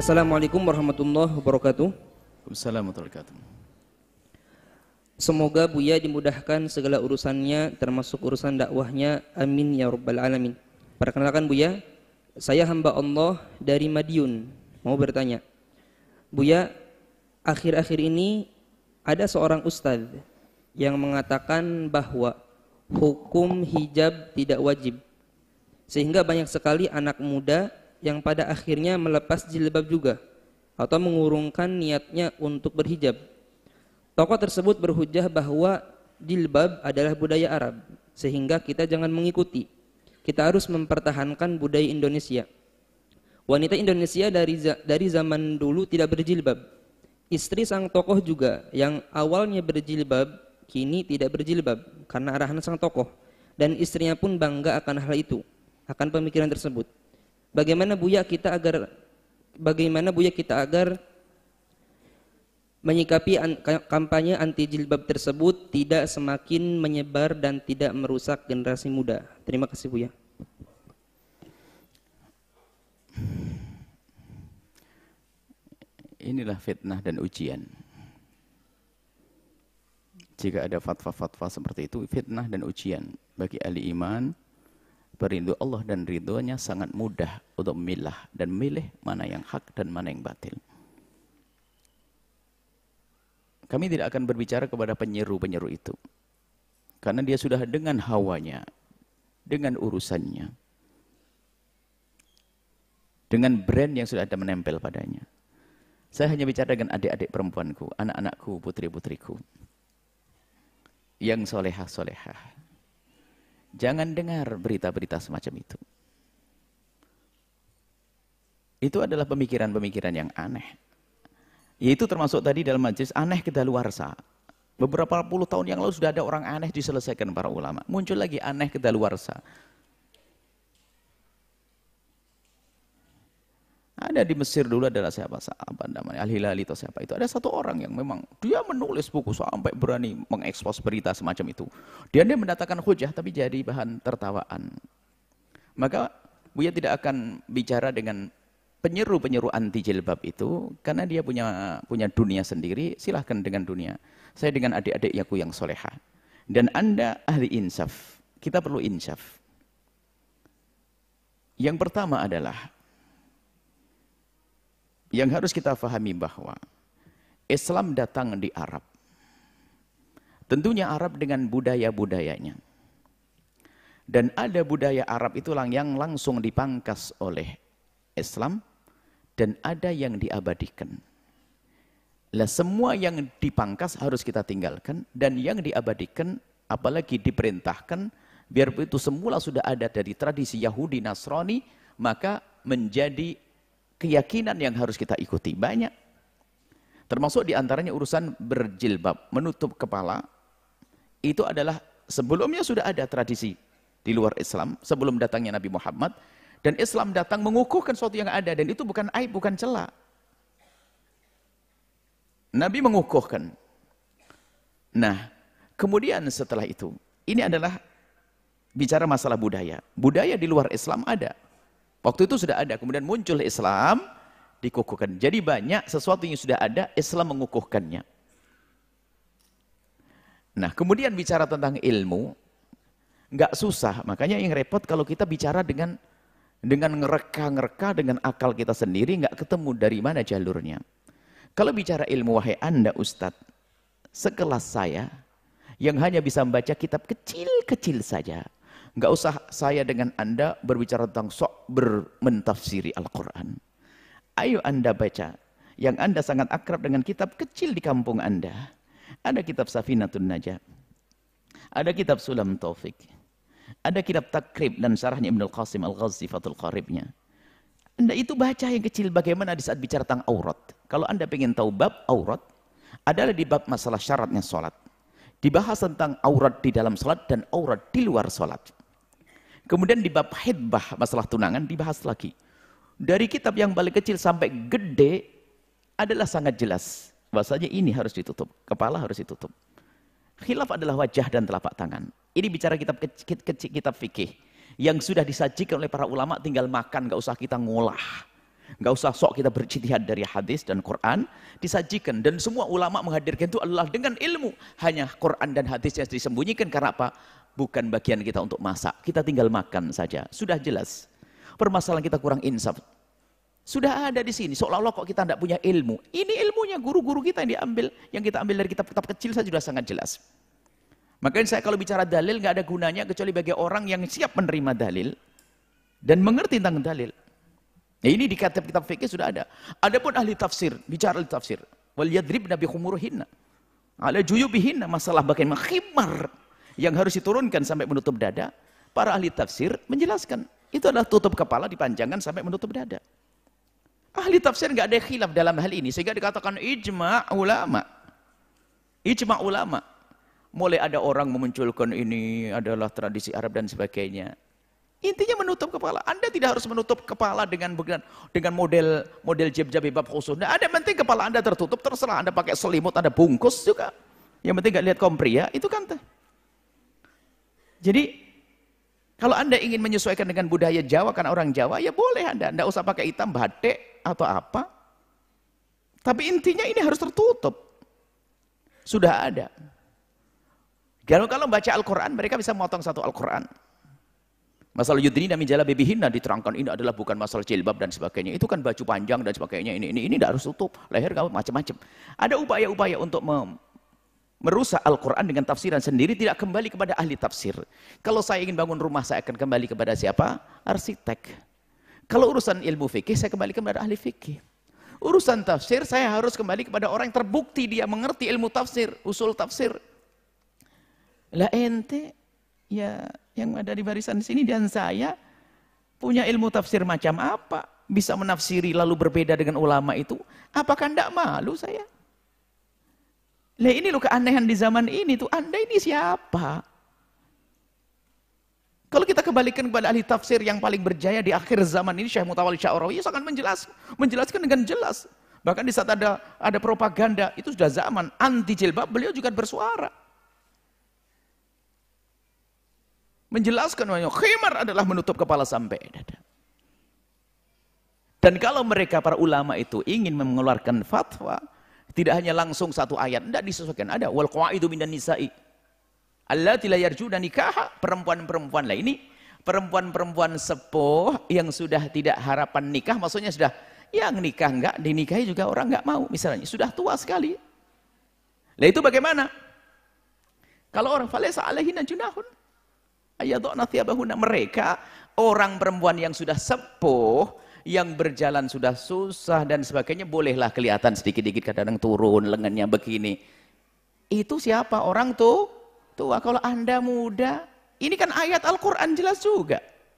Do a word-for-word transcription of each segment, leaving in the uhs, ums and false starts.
Assalamualaikum warahmatullahi wabarakatuh. Assalamualaikum warahmatullahi wabarakatuh. Semoga Buya dimudahkan segala urusannya, termasuk urusan dakwahnya. Amin ya rabbal alamin. Perkenalkan Buya, saya hamba Allah dari Madiun. Mau bertanya, Buya, akhir-akhir ini ada seorang ustadz yang mengatakan bahwa hukum hijab tidak wajib, sehingga banyak sekali anak muda yang pada akhirnya melepas jilbab juga atau mengurungkan niatnya untuk berhijab. Tokoh tersebut berhujah bahwa jilbab adalah budaya Arab, sehingga kita jangan mengikuti. Kita harus mempertahankan budaya Indonesia. Wanita Indonesia dari dari zaman dulu tidak berjilbab. Istri sang tokoh juga yang awalnya berjilbab kini tidak berjilbab karena arahan sang tokoh, dan istrinya pun bangga akan hal itu, akan pemikiran tersebut. Bagaimana Buya kita agar bagaimana Buya kita agar menyikapi an, kampanye anti jilbab tersebut tidak semakin menyebar dan tidak merusak generasi muda? Terima kasih Buya. Inilah fitnah dan ujian. Jika ada fatwa-fatwa seperti itu, fitnah dan ujian bagi ahli iman. Perindu Allah dan ridhonya sangat mudah untuk memilah dan memilih mana yang hak dan mana yang batil. Kami tidak akan berbicara kepada penyeru-penyeru itu, karena dia sudah dengan hawanya, dengan urusannya, dengan brand yang sudah ada menempel padanya. Saya hanya bicara dengan adik-adik perempuanku, anak-anakku, putri-putriku yang solehah-solehah. Jangan dengar berita-berita semacam itu. Itu adalah pemikiran-pemikiran yang aneh. Yaitu termasuk tadi dalam majelis aneh kedaluarsa. Beberapa puluh tahun yang lalu sudah ada orang aneh diselesaikan para ulama. Muncul lagi aneh kedaluarsa. Ada di Mesir dulu adalah siapa, apa namanya, Al-Hilali atau siapa itu. Ada satu orang yang memang dia menulis buku sampai berani mengekspos berita semacam itu. Dia dia mendatangkan hujah tapi jadi bahan tertawaan. Maka Buya tidak akan bicara dengan penyeru-penyeru anti jilbab itu karena dia punya punya dunia sendiri. Silahkan dengan dunia. Saya dengan adik-adikku yang soleha. Dan Anda ahli insaf. Kita perlu insaf. Yang pertama adalah yang harus kita fahami bahwa Islam datang di Arab. Tentunya Arab dengan budaya-budayanya. Dan ada budaya Arab itu yang langsung dipangkas oleh Islam dan ada yang diabadikan. Lah semua yang dipangkas harus kita tinggalkan dan yang diabadikan apalagi diperintahkan biar itu semula sudah ada dari tradisi Yahudi Nasrani maka menjadi keyakinan yang harus kita ikuti banyak. Termasuk diantaranya urusan berjilbab, menutup kepala. Itu adalah sebelumnya sudah ada tradisi di luar Islam, sebelum datangnya Nabi Muhammad. Dan Islam datang mengukuhkan sesuatu yang ada. Dan itu bukan aib, bukan cela. Nabi mengukuhkan. Nah, kemudian setelah itu, ini adalah bicara masalah budaya. Budaya di luar Islam ada. Waktu itu sudah ada, kemudian muncul Islam, dikukuhkan. Jadi banyak sesuatu yang sudah ada, Islam mengukuhkannya. Nah, kemudian bicara tentang ilmu, nggak susah. Makanya yang repot kalau kita bicara dengan dengan ngereka-ngereka dengan akal kita sendiri, nggak ketemu dari mana jalurnya. Kalau bicara ilmu, wahai Anda Ustadz, sekelas saya, yang hanya bisa membaca kitab kecil-kecil saja, nggak usah saya dengan Anda berbicara tentang sok bermentafsiri Al-Quran. Ayo Anda baca. Yang Anda sangat akrab dengan kitab kecil di kampung Anda. Ada kitab Safinatun Najah. Ada kitab Sulam Taufik. Ada kitab Takrib dan syarahnya Ibnul Qasim Al-Ghazi Fathul Qaribnya. Anda itu baca yang kecil bagaimana di saat bicara tentang aurat. Kalau Anda ingin tahu bab aurat, adalah di bab masalah syaratnya sholat. Dibahas tentang aurat di dalam sholat dan aurat di luar sholat. Kemudian di bab hidbah, masalah tunangan, dibahas lagi. Dari kitab yang paling kecil sampai gede, adalah sangat jelas. Bahasanya ini harus ditutup, kepala harus ditutup. Khilaf adalah wajah dan telapak tangan. Ini bicara kitab kecil, kitab fikih. Yang sudah disajikan oleh para ulama, tinggal makan, gak usah kita ngolah. Nggak usah sok kita berijtihad dari hadis dan Quran, disajikan. Dan semua ulama menghadirkan itu adalah dengan ilmu. Hanya Quran dan hadis yang disembunyikan karena apa? Bukan bagian kita untuk masak. Kita tinggal makan saja. Sudah jelas. Permasalahan kita kurang insaf. Sudah ada di sini. Seolah-olah kok kita tidak punya ilmu. Ini ilmunya guru-guru kita yang diambil. Yang kita ambil dari kitab-kitab kecil saja sudah sangat jelas. Makanya saya kalau bicara dalil nggak ada gunanya kecuali bagi orang yang siap menerima dalil dan mengerti tentang dalil. Nah, ini di kitab-kitab fikih sudah ada. Adapun ahli tafsir, bicara ahli tafsir, wal yadribna bi khumurihinna ala juyubihinna, masalah bagaimana khimar yang harus diturunkan sampai menutup dada, para ahli tafsir menjelaskan itu adalah tutup kepala dipanjangkan sampai menutup dada. Ahli tafsir nggak ada khilaf dalam hal ini sehingga dikatakan ijma' ulama. Ijma' ulama. Mulai ada orang memunculkan ini adalah tradisi Arab dan sebagainya. Intinya menutup kepala. Anda tidak harus menutup kepala dengan dengan model model jilbab khusus. Nah, ada penting kepala Anda tertutup, terserah Anda pakai selimut, Anda bungkus juga. Yang penting nggak lihat kaum pria, itu kan. Jadi kalau Anda ingin menyesuaikan dengan budaya Jawa karena orang Jawa, ya boleh Anda. Anda usah pakai hitam, batik atau apa. Tapi intinya ini harus tertutup. Sudah ada. Kalau kalau baca Al-Quran, mereka bisa memotong satu Al-Quran. Masalah yudrina min jalabibihinna diterangkan ini adalah bukan masalah jilbab dan sebagainya. Itu kan baju panjang dan sebagainya. Ini ini ini tidak harus tutup leher kamu macam-macam. Ada upaya-upaya untuk merusak Al-Quran dengan tafsiran sendiri, tidak kembali kepada ahli tafsir. Kalau saya ingin bangun rumah, saya akan kembali kepada siapa? Arsitek. Kalau urusan ilmu fikih, saya kembali kepada ahli fikih. Urusan tafsir, saya harus kembali kepada orang yang terbukti dia mengerti ilmu tafsir, usul tafsir. Lah ente, ya yang ada di barisan sini dan saya punya ilmu tafsir macam apa? Bisa menafsiri lalu berbeda dengan ulama itu? Apakah tidak malu saya? Lah ini loh keanehan di zaman ini tuh. Anda ini siapa? Kalau kita kembalikan kepada ahli tafsir yang paling berjaya di akhir zaman ini, Syekh Mutawalli Sya'rawi, sangat menjelas, menjelaskan dengan jelas. Bahkan di saat ada ada propaganda, itu sudah zaman anti jilbab, beliau juga bersuara. Menjelaskan bahwa khimar adalah menutup kepala sampai dada. Dan kalau mereka para ulama itu ingin mengeluarkan fatwa, tidak hanya langsung satu ayat, tidak disesuaikan. Ada wal qawaidu minan nisa'i allati la yarjuna nikaha, perempuan-perempuan lah ini, perempuan-perempuan sepuh yang sudah tidak harapan nikah, maksudnya sudah yang nikah enggak, dinikahi juga orang enggak mau, misalnya sudah tua sekali. Lah itu bagaimana? Kalau orang falaysa alaihinna junahun ayadhna thiyabahunna, mereka orang perempuan yang sudah sepuh, yang berjalan sudah susah dan sebagainya, bolehlah kelihatan sedikit-sedikit kadang turun lengannya begini. Itu siapa? Orang tuh tua. Kalau Anda muda, ini kan ayat Al-Quran jelas juga.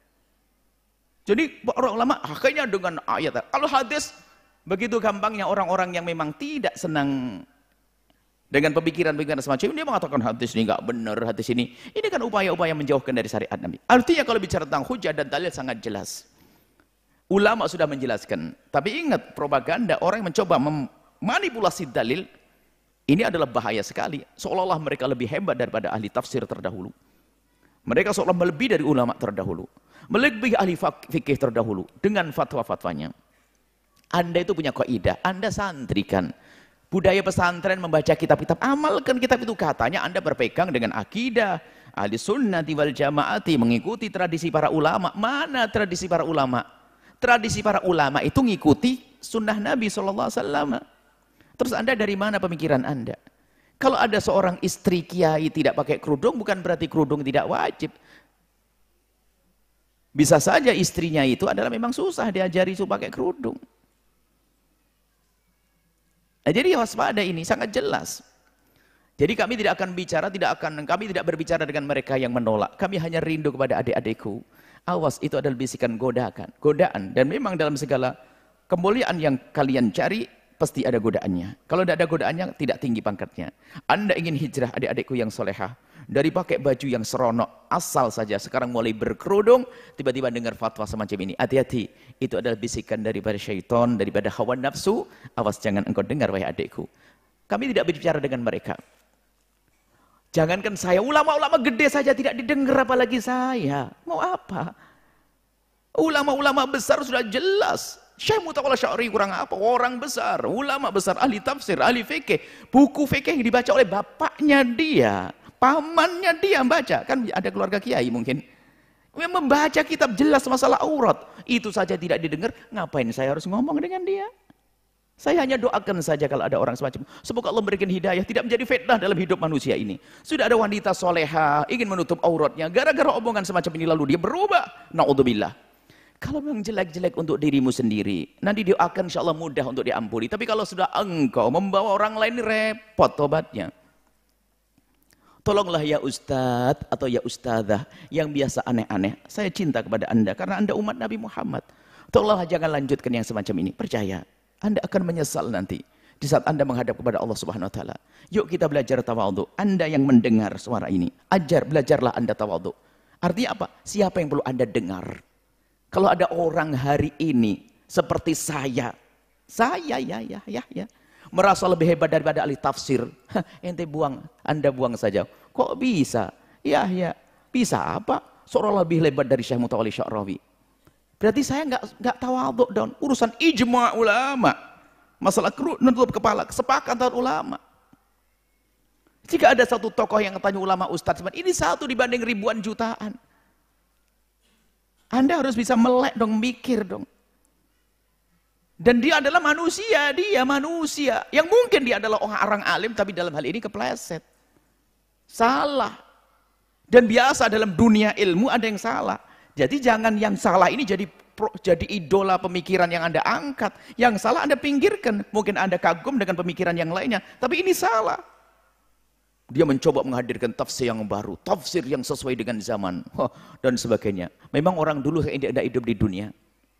Jadi orang ulama akhirnya dengan ayat. Kalau hadis begitu gampangnya orang-orang yang memang tidak senang dengan pemikiran-pemikiran semacam ini, dia mengatakan hadis ini enggak benar, hadis ini. Ini kan upaya-upaya menjauhkan dari syariat Nabi. Artinya kalau bicara tentang hujah dan dalil sangat jelas. Ulama sudah menjelaskan. Tapi ingat, propaganda, orang yang mencoba memanipulasi dalil, ini adalah bahaya sekali. Seolah-olah mereka lebih hebat daripada ahli tafsir terdahulu. Mereka seolah melebihi dari ulama terdahulu. Melebihi ahli fikih terdahulu. Dengan fatwa-fatwanya. Anda itu punya kaidah, Anda santrikan. Budaya pesantren membaca kitab-kitab, amalkan kitab itu. Katanya Anda berpegang dengan akidah ahli sunnati wal jamaati, mengikuti tradisi para ulama. Mana tradisi para ulama? Tradisi para ulama itu ngikuti sunnah Nabi shallallahu alaihi wasallam. Terus Anda dari mana pemikiran Anda? Kalau ada seorang istri kiai tidak pakai kerudung, bukan berarti kerudung tidak wajib. Bisa saja istrinya itu adalah memang susah diajari supaya pakai kerudung. Nah, jadi waspada ini sangat jelas. Jadi kami tidak akan bicara, tidak akan kami tidak berbicara dengan mereka yang menolak. Kami hanya rindu kepada adik-adikku. Awas, itu adalah bisikan godaan, godaan. Dan memang dalam segala kemuliaan yang kalian cari, pasti ada godaannya. Kalau tidak ada godaannya, tidak tinggi pangkatnya. Anda ingin hijrah adik-adikku yang solehah, dari pakai baju yang seronok, asal saja sekarang mulai berkerudung, tiba-tiba dengar fatwa semacam ini. Hati-hati, itu adalah bisikan daripada syaitan, daripada hawa nafsu. Awas, jangan engkau dengar, wahai adikku. Kami tidak berbicara dengan mereka. Jangankan saya, ulama-ulama gede saja tidak didengar, apalagi saya. Mau apa? Ulama-ulama besar sudah jelas. Syekh Mutawalla Sya'ri kurang apa? Orang besar, ulama besar, ahli tafsir, ahli fikih. Buku fikih yang dibaca oleh bapaknya dia, pamannya dia baca. Kan ada keluarga kiai mungkin. Yang membaca kitab jelas masalah aurat. Itu saja tidak didengar, ngapain saya harus ngomong dengan dia? Saya hanya doakan saja kalau ada orang semacam. Semoga Allah berikan hidayah, tidak menjadi fitnah dalam hidup manusia ini. Sudah ada wanita soleha, ingin menutup auratnya. Gara-gara omongan semacam ini lalu dia berubah. Na'udzubillah. Kalau memang jelek-jelek untuk dirimu sendiri, nanti doakan insya Allah mudah untuk diampuni. Tapi kalau sudah engkau membawa orang lain, repot tobatnya. Tolonglah ya Ustadz atau ya Ustadzah yang biasa aneh-aneh. Saya cinta kepada Anda karena Anda umat Nabi Muhammad. Tolonglah jangan lanjutkan yang semacam ini. Percaya, Anda akan menyesal nanti di saat Anda menghadap kepada Allah Subhanahu wa taala. Yuk kita belajar tawadhu. Anda yang mendengar suara ini, ajar, belajarlah Anda tawadhu. Artinya apa? Siapa yang perlu Anda dengar? Kalau ada orang hari ini seperti saya, saya ya ya ya ya, merasa lebih hebat daripada ahli tafsir, hah, ente buang, Anda buang saja. Kok bisa? Ya ya, bisa apa? Seorang lebih hebat dari Syekh Mutawalla Sya'rawi. Berarti saya nggak nggak tawadhu dong. Urusan ijma ulama, masalah nutup kepala, kesepakatan ulama. Jika ada satu tokoh yang tanya ulama ustadz, ini satu dibanding ribuan jutaan. Anda harus bisa melek dong, mikir dong. Dan dia adalah manusia, dia manusia. Yang mungkin dia adalah orang alim, tapi dalam hal ini kepleset. Salah. Dan biasa dalam dunia ilmu ada yang salah. Jadi jangan yang salah ini jadi jadi idola pemikiran yang Anda angkat. Yang salah Anda pinggirkan. Mungkin Anda kagum dengan pemikiran yang lainnya. Tapi ini salah. Dia mencoba menghadirkan tafsir yang baru, tafsir yang sesuai dengan zaman, oh, dan sebagainya. Memang orang dulu tidak hidup di dunia.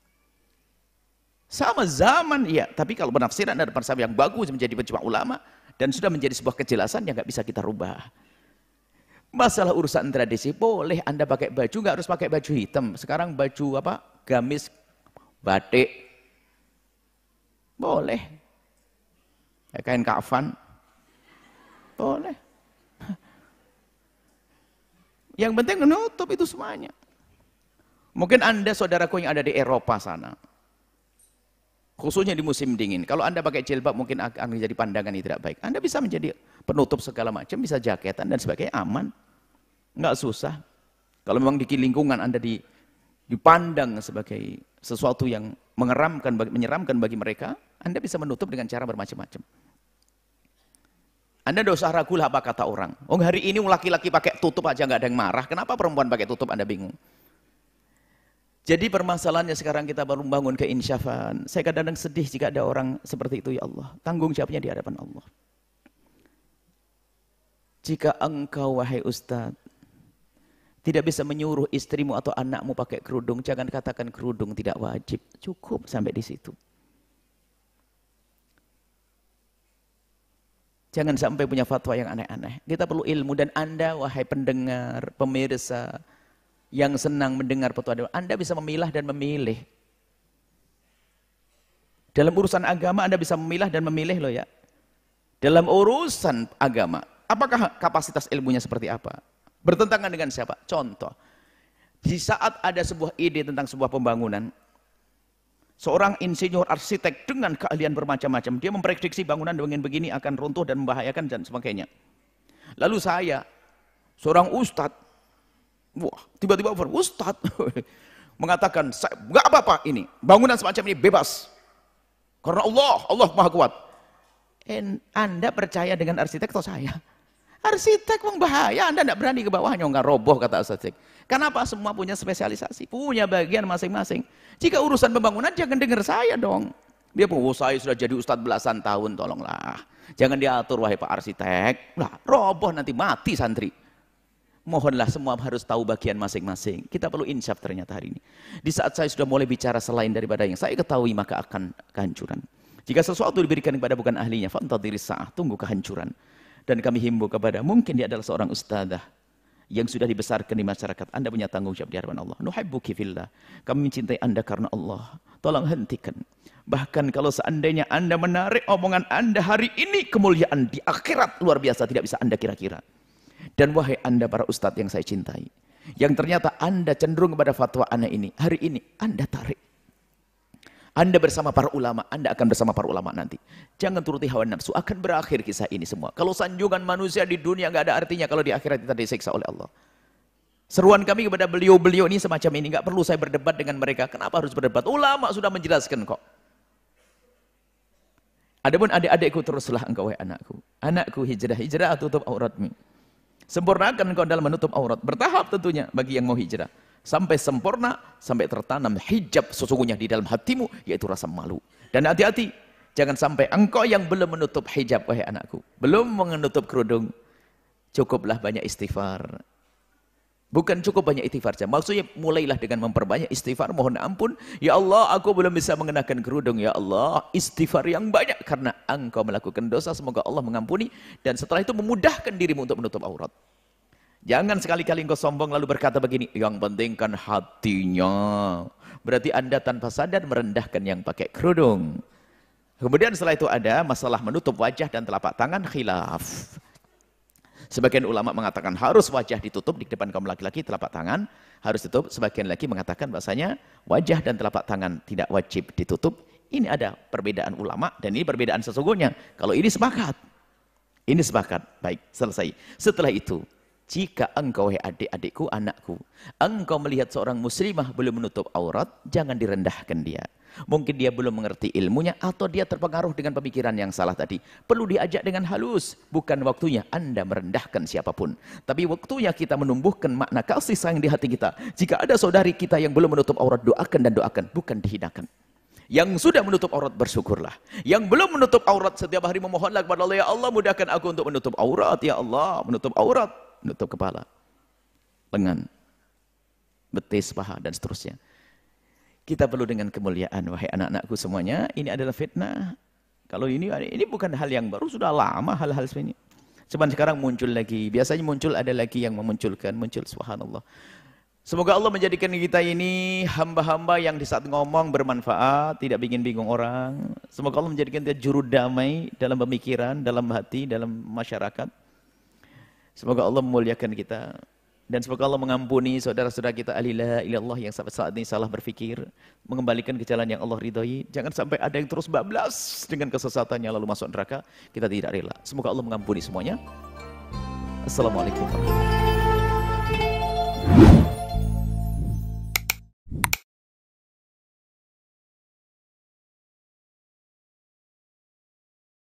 Sama zaman, ya. Tapi kalau penafsiran ada penafsir yang bagus menjadi pejuang ulama dan sudah menjadi sebuah kejelasan yang nggak bisa kita rubah. Masalah urusan tradisi, boleh Anda pakai baju, nggak harus pakai baju hitam. Sekarang baju apa? Gamis, batik, boleh. Kain kafan, boleh. Yang penting menutup itu semuanya. Mungkin Anda saudaraku yang ada di Eropa sana, khususnya di musim dingin, kalau Anda pakai jilbab mungkin akan menjadi pandangan yang tidak baik. Anda bisa menjadi penutup segala macam, bisa jaketan dan sebagainya, aman. Nggak susah. Kalau memang di lingkungan Anda dipandang sebagai sesuatu yang mengeramkan, menyeramkan bagi mereka, Anda bisa menutup dengan cara bermacam-macam. Anda tidak usah ragu lah apa kata orang. Oh hari ini laki-laki pakai tutup aja nggak ada yang marah. Kenapa perempuan pakai tutup Anda bingung? Jadi permasalahannya sekarang kita baru membangun keinsyafan. Saya kadang-kadang sedih jika ada orang seperti itu ya Allah. Tanggung jawabnya di hadapan Allah. Jika engkau wahai Ustadz tidak bisa menyuruh istrimu atau anakmu pakai kerudung, jangan katakan kerudung tidak wajib. Cukup sampai di situ. Jangan sampai punya fatwa yang aneh-aneh. Kita perlu ilmu dan Anda wahai pendengar, pemirsa yang senang mendengar fatwa, Anda bisa memilah dan memilih. Dalam urusan agama Anda bisa memilah dan memilih loh ya. Dalam urusan agama, apakah kapasitas ilmunya seperti apa? Bertentangan dengan siapa? Contoh, di saat ada sebuah ide tentang sebuah pembangunan, seorang insinyur arsitek dengan keahlian bermacam-macam, dia memprediksi bangunan dengan begini akan runtuh dan membahayakan dan sebagainya. Lalu saya, seorang ustadz, wah tiba-tiba ustadz mengatakan, nggak apa-apa ini, bangunan semacam ini bebas. Karena Allah, Allah Maha Kuat. And Anda percaya dengan arsitek atau saya? Arsitek membahaya, Anda tidak berani ke bawahnya, nggak roboh kata arsitek. Kenapa? Semua punya spesialisasi, punya bagian masing-masing. Jika urusan pembangunan jangan dengar saya dong. Dia pun, oh saya sudah jadi ustadz belasan tahun, tolonglah. Jangan diatur wahai Pak Arsitek. Lah, roboh nanti mati santri. Mohonlah semua harus tahu bagian masing-masing. Kita perlu insaf ternyata hari ini. Di saat saya sudah mulai bicara selain daripada yang saya ketahui, maka akan kehancuran. Jika sesuatu diberikan kepada bukan ahlinya, fantadhiris sa'ah, tunggu kehancuran. Dan kami himbau kepada, mungkin dia adalah seorang ustadzah yang sudah dibesarkan di masyarakat. Anda punya tanggung jawab di hadapan Allah. Nuhibbuki fillah. Kami mencintai Anda karena Allah. Tolong hentikan. Bahkan kalau seandainya Anda menarik omongan Anda hari ini, kemuliaan di akhirat luar biasa tidak bisa Anda kira-kira. Dan wahai Anda para ustadz yang saya cintai, yang ternyata Anda cenderung kepada fatwa anak ini, hari ini Anda tarik. Anda bersama para ulama, Anda akan bersama para ulama nanti. Jangan turuti hawa nafsu, akan berakhir kisah ini semua. Kalau sanjungan manusia di dunia nggak ada artinya kalau di akhirat kita disiksa oleh Allah. Seruan kami kepada beliau-beliau ini semacam ini, nggak perlu saya berdebat dengan mereka. Kenapa harus berdebat? Ulama sudah menjelaskan kok. Adapun adik-adikku, teruslah engkau wahai anakku. Anakku hijrah, hijrah tutup auratmu. Sempurnakan engkau dalam menutup aurat. Bertahap tentunya bagi yang mau hijrah. Sampai sempurna, sampai tertanam hijab sesungguhnya di dalam hatimu, yaitu rasa malu. Dan hati-hati, jangan sampai engkau yang belum menutup hijab, wahai anakku, belum menutup kerudung, cukuplah banyak istighfar. Bukan cukup banyak istighfar saja, maksudnya mulailah dengan memperbanyak istighfar, mohon ampun, ya Allah aku belum bisa mengenakan kerudung, ya Allah istighfar yang banyak karena engkau melakukan dosa, semoga Allah mengampuni, dan setelah itu memudahkan dirimu untuk menutup aurat. Jangan sekali-kali engkau sombong lalu berkata begini, yang penting kan hatinya. Berarti Anda tanpa sadar merendahkan yang pakai kerudung. Kemudian setelah itu ada masalah menutup wajah dan telapak tangan, khilaf. Sebagian ulama mengatakan harus wajah ditutup di depan kaum laki-laki, telapak tangan harus tutup. Sebagian lagi mengatakan bahasanya wajah dan telapak tangan tidak wajib ditutup. Ini ada perbedaan ulama dan ini perbedaan sesungguhnya. Kalau ini sepakat, ini sepakat. Baik, selesai. Setelah itu, jika engkau, wahai adik-adikku, anakku, engkau melihat seorang muslimah belum menutup aurat, jangan direndahkan dia. Mungkin dia belum mengerti ilmunya atau dia terpengaruh dengan pemikiran yang salah tadi. Perlu diajak dengan halus. Bukan waktunya Anda merendahkan siapapun. Tapi waktunya kita menumbuhkan makna kasih sayang di hati kita. Jika ada saudari kita yang belum menutup aurat, doakan dan doakan, bukan dihinakan. Yang sudah menutup aurat, bersyukurlah. Yang belum menutup aurat, setiap hari memohonlah kepada Allah, ya Allah mudahkan aku untuk menutup aurat, ya Allah menutup aurat. Menutup kepala, lengan, betis, paha, dan seterusnya. Kita perlu dengan kemuliaan, wahai anak-anakku semuanya. Ini adalah fitnah. Kalau ini ini bukan hal yang baru, sudah lama hal-hal seperti ini. Cuman sekarang muncul lagi. Biasanya muncul, ada lagi yang memunculkan, muncul, subhanallah. Semoga Allah menjadikan kita ini hamba-hamba yang di saat ngomong bermanfaat, tidak bikin bingung orang. Semoga Allah menjadikan kita juru damai dalam pemikiran, dalam hati, dalam masyarakat. Semoga Allah memuliakan kita. Dan semoga Allah mengampuni saudara-saudara kita ahli la ilallah yang sampai saat ini salah berfikir. Mengembalikan ke jalan yang Allah ridhai. Jangan sampai ada yang terus bablas dengan kesesatannya lalu masuk neraka. Kita tidak rela. Semoga Allah mengampuni semuanya. Assalamualaikum warahmatullahi wabarakatuh.